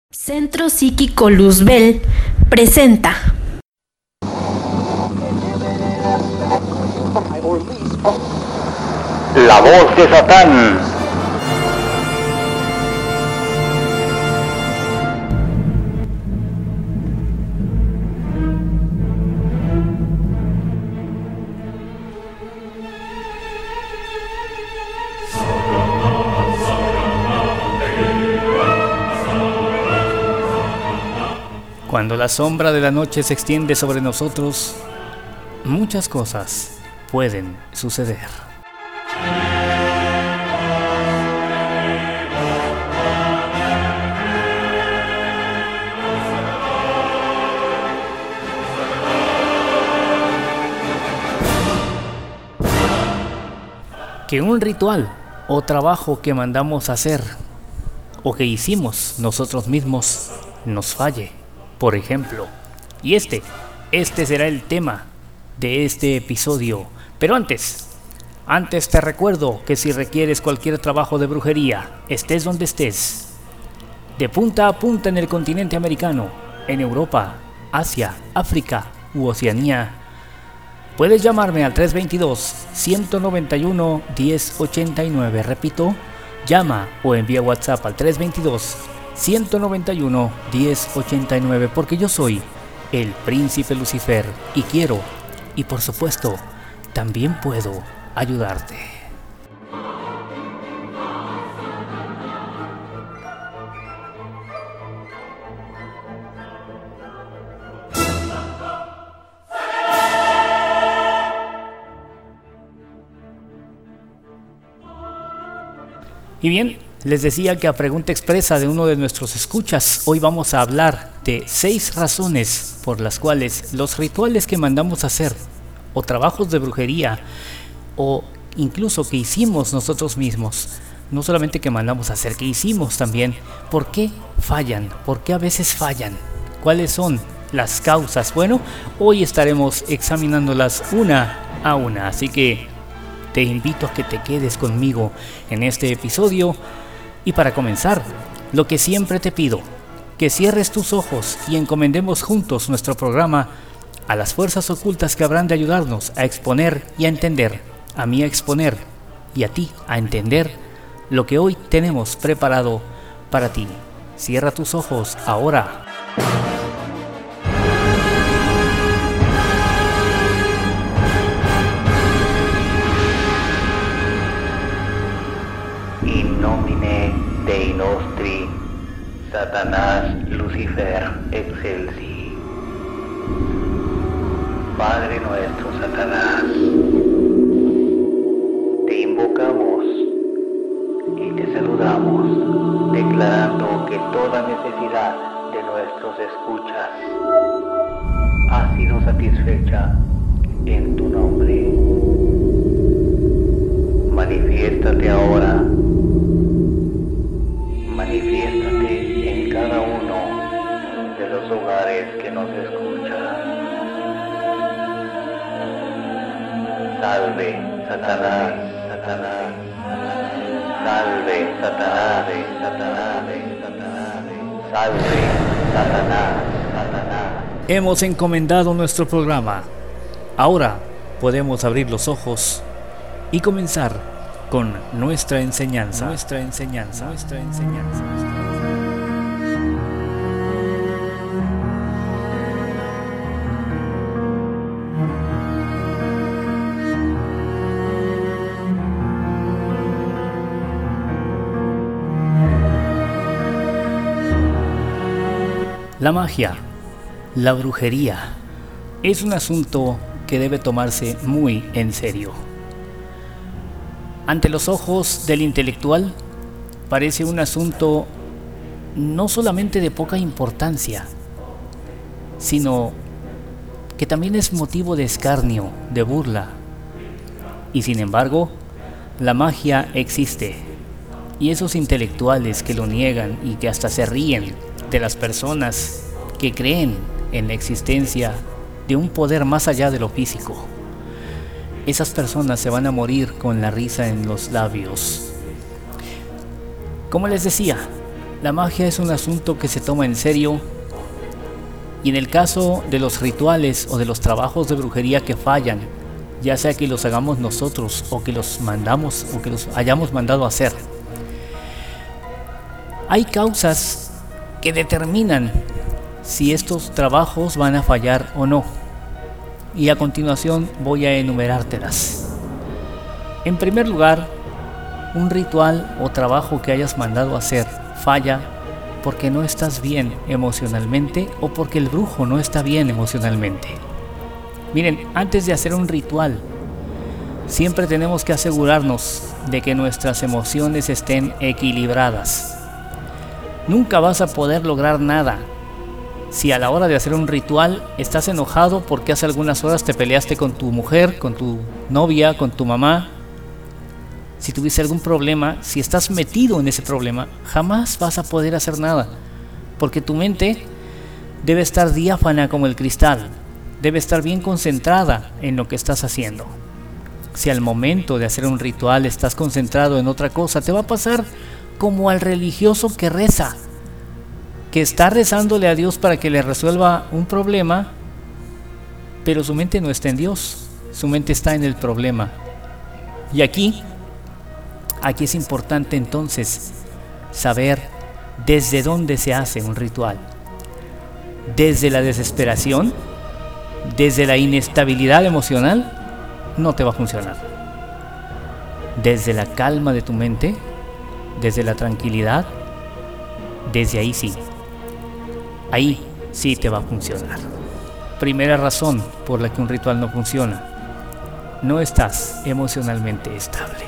Centro Psíquico Luzbel presenta La voz de Satán. Cuando la sombra de la noche se extiende sobre nosotros, muchas cosas pueden suceder. Que un ritual o trabajo que mandamos hacer o que hicimos nosotros mismos nos falle, por ejemplo. Y este será el tema de este episodio. Pero antes te recuerdo que si requieres cualquier trabajo de brujería, estés donde estés, de punta a punta en el continente americano, en Europa, Asia, África u Oceanía, puedes llamarme al 322-191-1089. Repito, llama o envía WhatsApp al 322-191-1089, porque yo soy el Príncipe Lucifer y quiero, y por supuesto, también puedo ayudarte. Y bien, les decía que a pregunta expresa de uno de nuestros escuchas, hoy vamos a hablar de 6 razones por las cuales los rituales que mandamos hacer, o trabajos de brujería, o incluso que hicimos nosotros mismos, no solamente que mandamos hacer, que hicimos también, ¿por qué fallan? ¿Por qué a veces fallan? ¿Cuáles son las causas? Bueno, hoy estaremos examinándolas una a una, así que te invito a que te quedes conmigo en este episodio. Y para comenzar, lo que siempre te pido, que cierres tus ojos y encomendemos juntos nuestro programa a las fuerzas ocultas que habrán de ayudarnos a exponer y a entender, a mí a exponer y a ti a entender lo que hoy tenemos preparado para ti. Cierra tus ojos ahora. In nomine Dei nostri, Satanás Lucifer excelsi. Padre nuestro Satanás, te invocamos y te saludamos, declarando que toda necesidad de nuestros escuchas ha sido satisfecha en tu nombre. Manifiéstate ahora. Manifiéstate en cada uno de los hogares que nos escuchan. Salve, Satanás, Satanás. Salve, Satanás, Satanás, Satanás. Salve, Satanás, Satanás. Hemos encomendado nuestro programa. Ahora podemos abrir los ojos y comenzar con nuestra enseñanza. La magia, la brujería, es un asunto que debe tomarse muy en serio. Ante los ojos del intelectual, parece un asunto no solamente de poca importancia, sino que también es motivo de escarnio, de burla. Y sin embargo, la magia existe, y esos intelectuales que lo niegan y que hasta se ríen de las personas que creen en la existencia de un poder más allá de lo físico, esas personas se van a morir con la risa en los labios. Como les decía, La magia es un asunto que se toma en serio, y en el caso de los rituales o de los trabajos de brujería que fallan, ya sea que los hagamos nosotros o que los mandamos o que los hayamos mandado a hacer, hay causas que determinan si estos trabajos van a fallar o no, y a continuación voy a enumerártelas. En primer lugar, un ritual o trabajo que hayas mandado a hacer falla porque no estás bien emocionalmente o porque el brujo no está bien emocionalmente. Miren, antes de hacer un ritual, siempre tenemos que asegurarnos de que nuestras emociones estén equilibradas. Nunca vas a poder lograr nada si a la hora de hacer un ritual estás enojado porque hace algunas horas te peleaste con tu mujer, con tu novia, con tu mamá. Si tuviste algún problema, si estás metido en ese problema, jamás vas a poder hacer nada, porque tu mente debe estar diáfana como el cristal, debe estar bien concentrada en lo que estás haciendo. Si al momento de hacer un ritual estás concentrado en otra cosa, te va a pasar como al religioso que reza, que está rezándole a Dios para que le resuelva un problema, pero su mente no está en Dios, su mente está en el problema. Y aquí es importante entonces saber desde dónde se hace un ritual. Desde la desesperación, desde la inestabilidad emocional, no te va a funcionar. Desde la calma de tu mente, desde la tranquilidad, desde ahí sí. Ahí sí te va a funcionar. Primera razón por la que un ritual no funciona: no estás emocionalmente estable.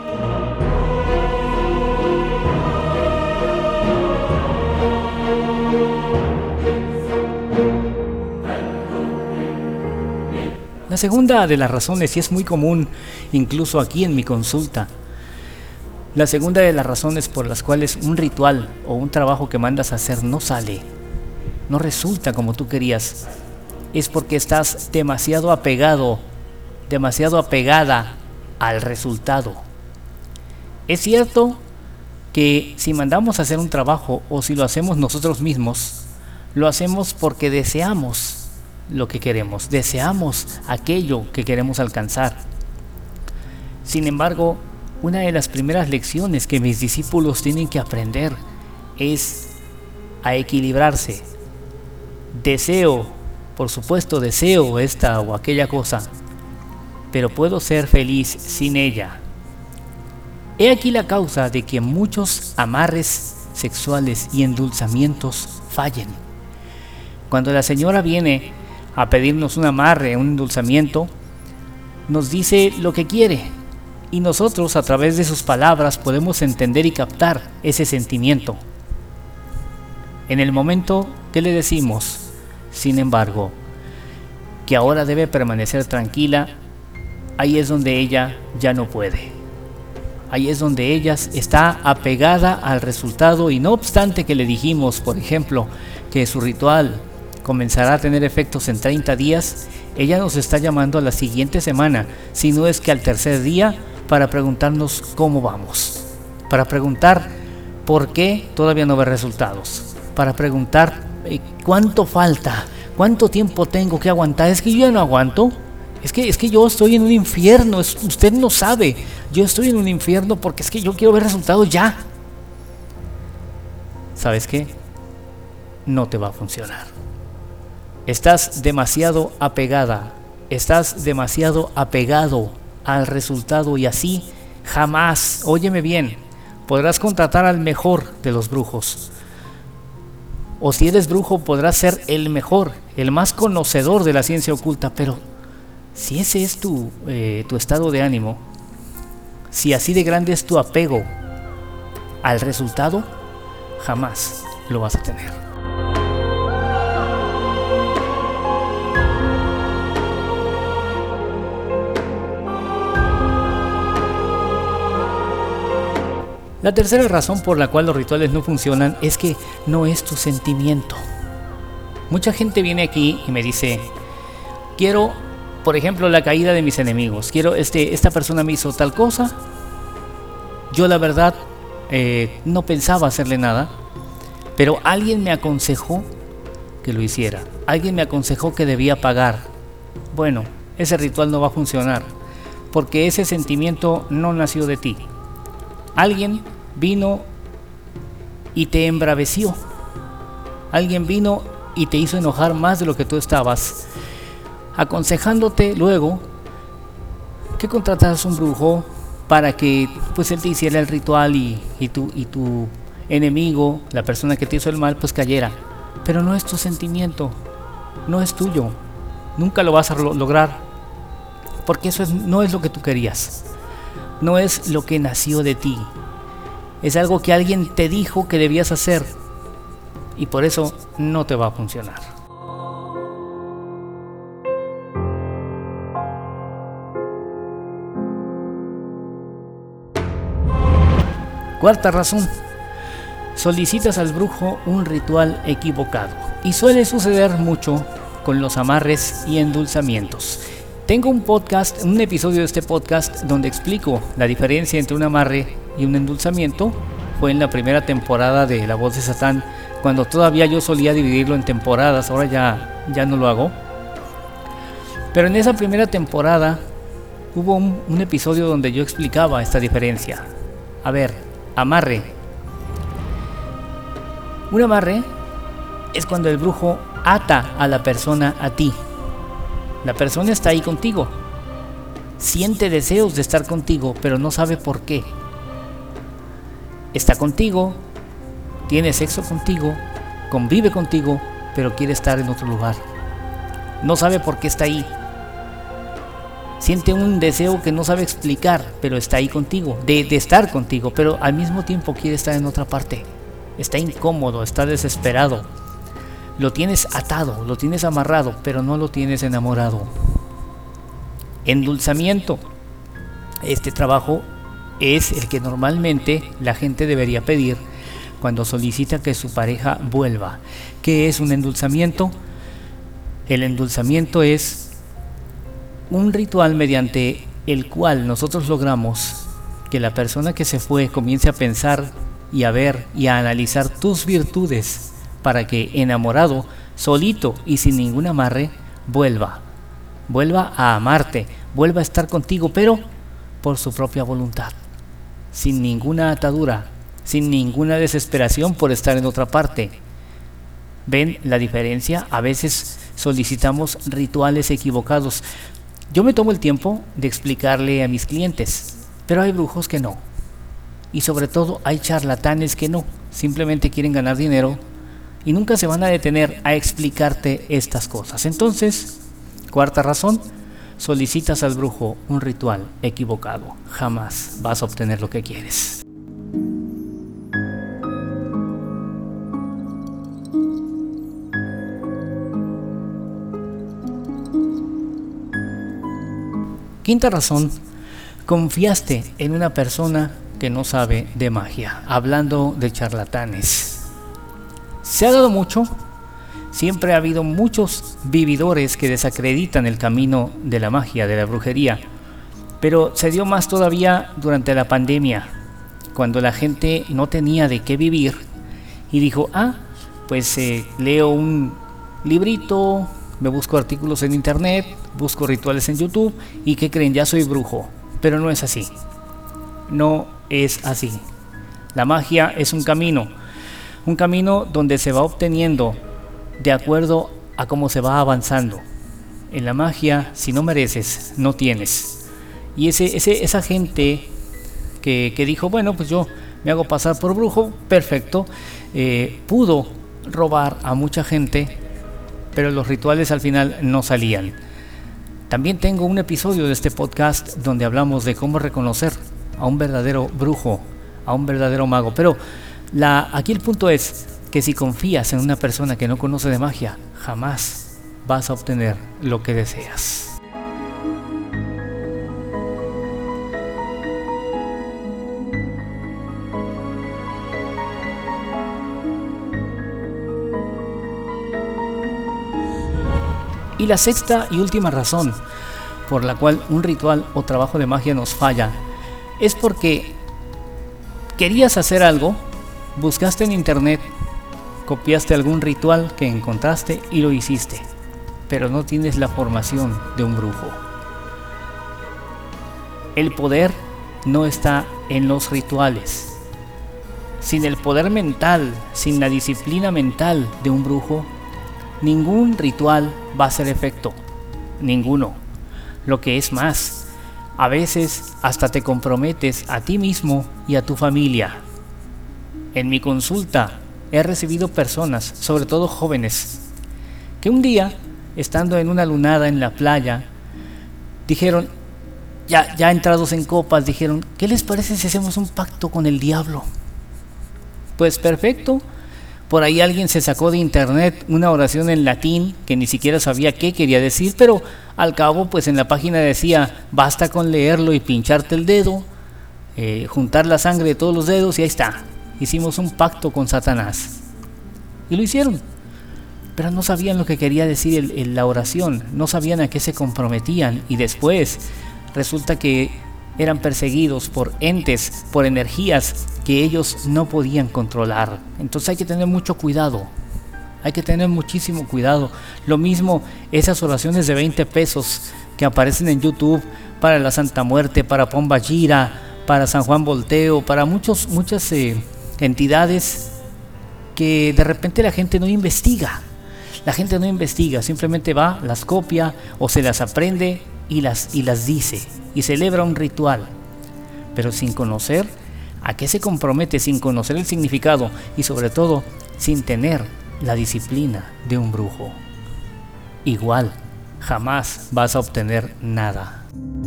La segunda de las razones, y es muy común incluso aquí en mi consulta, la segunda de las razones por las cuales un ritual o un trabajo que mandas a hacer no sale, no resulta como tú querías, es porque estás demasiado apegado, demasiado apegada al resultado. Es cierto que si mandamos a hacer un trabajo o si lo hacemos nosotros mismos, lo hacemos porque deseamos lo que queremos, deseamos aquello que queremos alcanzar. Sin embargo, una de las primeras lecciones que mis discípulos tienen que aprender es a equilibrarse. Deseo, por supuesto, deseo esta o aquella cosa, pero puedo ser feliz sin ella. He aquí la causa de que muchos amarres sexuales y endulzamientos fallen. Cuando la señora viene a pedirnos un amarre, un endulzamiento, nos dice lo que quiere, y nosotros a través de sus palabras podemos entender y captar ese sentimiento. En el momento que le decimos, sin embargo, que ahora debe permanecer tranquila, ahí es donde ella ya no puede. Ahí es donde ella está apegada al resultado, y no obstante que le dijimos, por ejemplo, que su ritual comenzará a tener efectos en 30 días, ella nos está llamando a la siguiente semana, si no es que al tercer día, para preguntarnos cómo vamos, para preguntar por qué todavía no ve resultados, para preguntar cuánto falta, cuánto tiempo tengo que aguantar. Es que yo ya no aguanto, es que yo estoy en un infierno, usted no sabe, yo estoy en un infierno porque es que yo quiero ver resultados ya. ¿Sabes qué? No te va a funcionar. Estás demasiado apegada, estás demasiado apegado al resultado, y así jamás, óyeme bien, podrás contratar al mejor de los brujos. O si eres brujo, podrás ser el mejor, el más conocedor de la ciencia oculta, pero si ese es tu estado de ánimo, si así de grande es tu apego al resultado, jamás lo vas a tener. La tercera razón por la cual los rituales no funcionan es que no es tu sentimiento. Mucha gente viene aquí y me dice: quiero, por ejemplo, la caída de mis enemigos, quiero esta persona me hizo tal cosa, yo la verdad no pensaba hacerle nada, pero alguien me aconsejó que lo hiciera. Alguien me aconsejó que debía pagar. Bueno, ese ritual no va a funcionar, porque ese sentimiento no nació de ti. Alguien vino y te embraveció. Alguien vino y te hizo enojar más de lo que tú estabas, aconsejándote luego que contrataras un brujo para que pues él te hiciera el ritual y tu enemigo, la persona que te hizo el mal, pues cayera. Pero no es tu sentimiento, no es tuyo, nunca lo vas a lograr, porque eso no es lo que tú querías, no es lo que nació de ti, es algo que alguien te dijo que debías hacer y por eso no te va a funcionar. Cuarta razón: solicitas al brujo un ritual equivocado. Y suele suceder mucho con los amarres y endulzamientos. Tengo un episodio de este podcast donde explico la diferencia entre un amarre y un endulzamiento. Fue en la primera temporada de La Voz de Satán, cuando todavía yo solía dividirlo en temporadas, ahora ya no lo hago. Pero en esa primera temporada hubo un episodio donde yo explicaba esta diferencia. A ver, amarre. Un amarre es cuando el brujo ata a la persona a ti. La persona está ahí contigo, siente deseos de estar contigo, pero no sabe por qué. Está contigo, tiene sexo contigo, convive contigo, pero quiere estar en otro lugar. No sabe por qué está ahí. Siente un deseo que no sabe explicar, pero está ahí contigo, de estar contigo, pero al mismo tiempo quiere estar en otra parte. Está incómodo, está desesperado. Lo tienes atado, lo tienes amarrado, pero no lo tienes enamorado. Endulzamiento. Este trabajo es el que normalmente la gente debería pedir cuando solicita que su pareja vuelva. ¿Qué es un endulzamiento? El endulzamiento es un ritual mediante el cual nosotros logramos que la persona que se fue comience a pensar y a ver y a analizar tus virtudes, para que enamorado, solito y sin ningún amarre, vuelva a amarte, vuelva a estar contigo, pero por su propia voluntad, sin ninguna atadura, sin ninguna desesperación por estar en otra parte. ¿Ven la diferencia? A veces solicitamos rituales equivocados. Yo me tomo el tiempo de explicarle a mis clientes, pero hay brujos que no. Y sobre todo hay charlatanes que no, simplemente quieren ganar dinero y nunca se van a detener a explicarte estas cosas. Entonces, cuarta razón, solicitas al brujo un ritual equivocado. Jamás vas a obtener lo que quieres. Quinta razón, confiaste en una persona que no sabe de magia. Hablando de charlatanes, se ha dado mucho, siempre ha habido muchos vividores que desacreditan el camino de la magia, de la brujería, pero se dio más todavía durante la pandemia, cuando la gente no tenía de qué vivir y dijo, pues leo un librito, me busco artículos en internet, busco rituales en YouTube y ¿qué creen? Ya soy brujo. Pero no es así. No es así. La magia es un camino donde se va obteniendo de acuerdo a cómo se va avanzando. En la magia, si no mereces, no tienes. Y esa gente que dijo, bueno, pues yo me hago pasar por brujo, perfecto, pudo robar a mucha gente, pero los rituales al final no salían. También tengo un episodio de este podcast donde hablamos de cómo reconocer a un verdadero brujo, a un verdadero mago. Pero aquí el punto es que si confías en una persona que no conoce de magia, jamás vas a obtener lo que deseas. Y la sexta y última razón por la cual un ritual o trabajo de magia nos falla es porque querías hacer algo, buscaste en internet copiaste algún ritual que encontraste y lo hiciste, pero no tienes la formación de un brujo. El poder no está en los rituales. Sin el poder mental, sin la disciplina mental de un brujo, ningún ritual va a hacer efecto. Ninguno. Lo que es más, a veces hasta te comprometes a ti mismo y a tu familia. En mi consulta he recibido personas, sobre todo jóvenes, que un día, estando en una lunada en la playa, dijeron, ya entrados en copas, dijeron, ¿qué les parece si hacemos un pacto con el diablo? Pues perfecto. Por ahí alguien se sacó de internet una oración en latín que ni siquiera sabía qué quería decir, pero al cabo pues en la página decía, basta con leerlo y pincharte el dedo, juntar la sangre de todos los dedos y ahí está. Hicimos un pacto con Satanás. Y lo hicieron. Pero no sabían lo que quería decir la oración, no sabían a qué se comprometían y después resulta que eran perseguidos por entes, por energías que ellos no podían controlar. Entonces hay que tener mucho cuidado, hay que tener muchísimo cuidado. Lo mismo esas oraciones de 20 pesos que aparecen en YouTube para la Santa Muerte, para Pomba Gira, para San Juan Volteo, para muchas entidades que de repente la gente no investiga. La gente no investiga, simplemente va, las copia o se las aprende y las dice y celebra un ritual, pero sin conocer a qué se compromete, sin conocer el significado y sobre todo sin tener la disciplina de un brujo. Igual, jamás vas a obtener nada.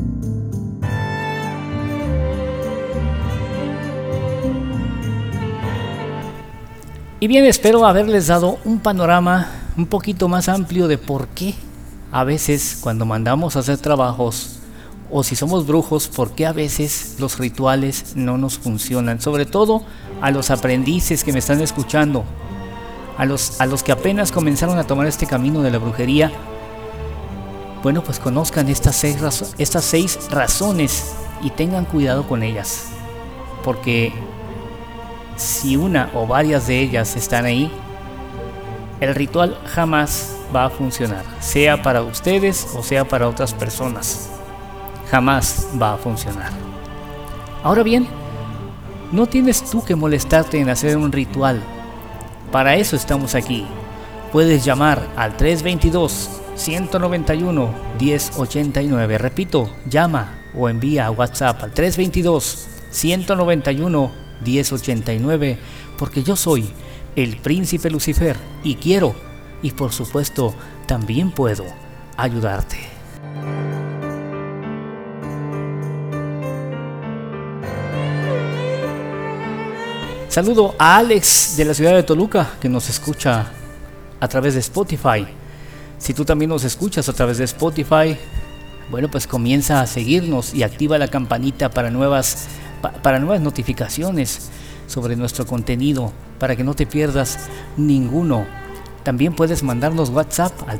Y bien, espero haberles dado un panorama un poquito más amplio de por qué a veces cuando mandamos a hacer trabajos o si somos brujos, por qué a veces los rituales no nos funcionan. Sobre todo a los aprendices que me están escuchando, a los que apenas comenzaron a tomar este camino de la brujería. Bueno, pues conozcan estas 6 razones y tengan cuidado con ellas, porque si una o varias de ellas están ahí, el ritual jamás va a funcionar, sea para ustedes o sea para otras personas. Jamás va a funcionar. Ahora bien, no tienes tú que molestarte en hacer un ritual. Para eso estamos aquí. Puedes llamar al 322-191-1089. Repito, llama o envía a WhatsApp al 322-191-1089, porque yo soy el Príncipe Lucifer y quiero, y por supuesto también puedo ayudarte. Saludo a Alex de la ciudad de Toluca, que nos escucha a través de Spotify. Si tú también nos escuchas a través de Spotify, bueno, pues comienza a seguirnos y activa la campanita para nuevas notificaciones sobre nuestro contenido, para que no te pierdas ninguno. También puedes mandarnos WhatsApp al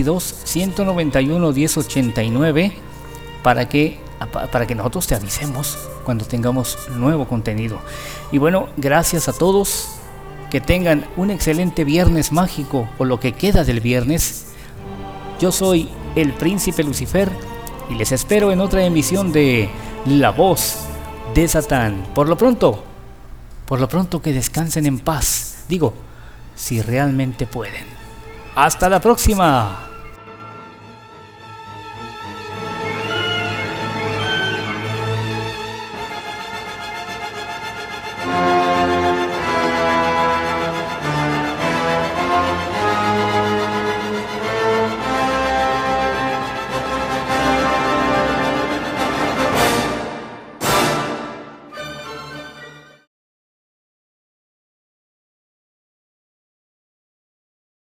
322-191-1089 para que nosotros te avisemos cuando tengamos nuevo contenido. Y bueno, gracias a todos, que tengan un excelente viernes mágico o lo que queda del viernes. Yo soy el Príncipe Lucifer y les espero en otra emisión de La Voz de Satán. Por lo pronto que descansen en paz, digo, si realmente pueden. ¡Hasta la próxima!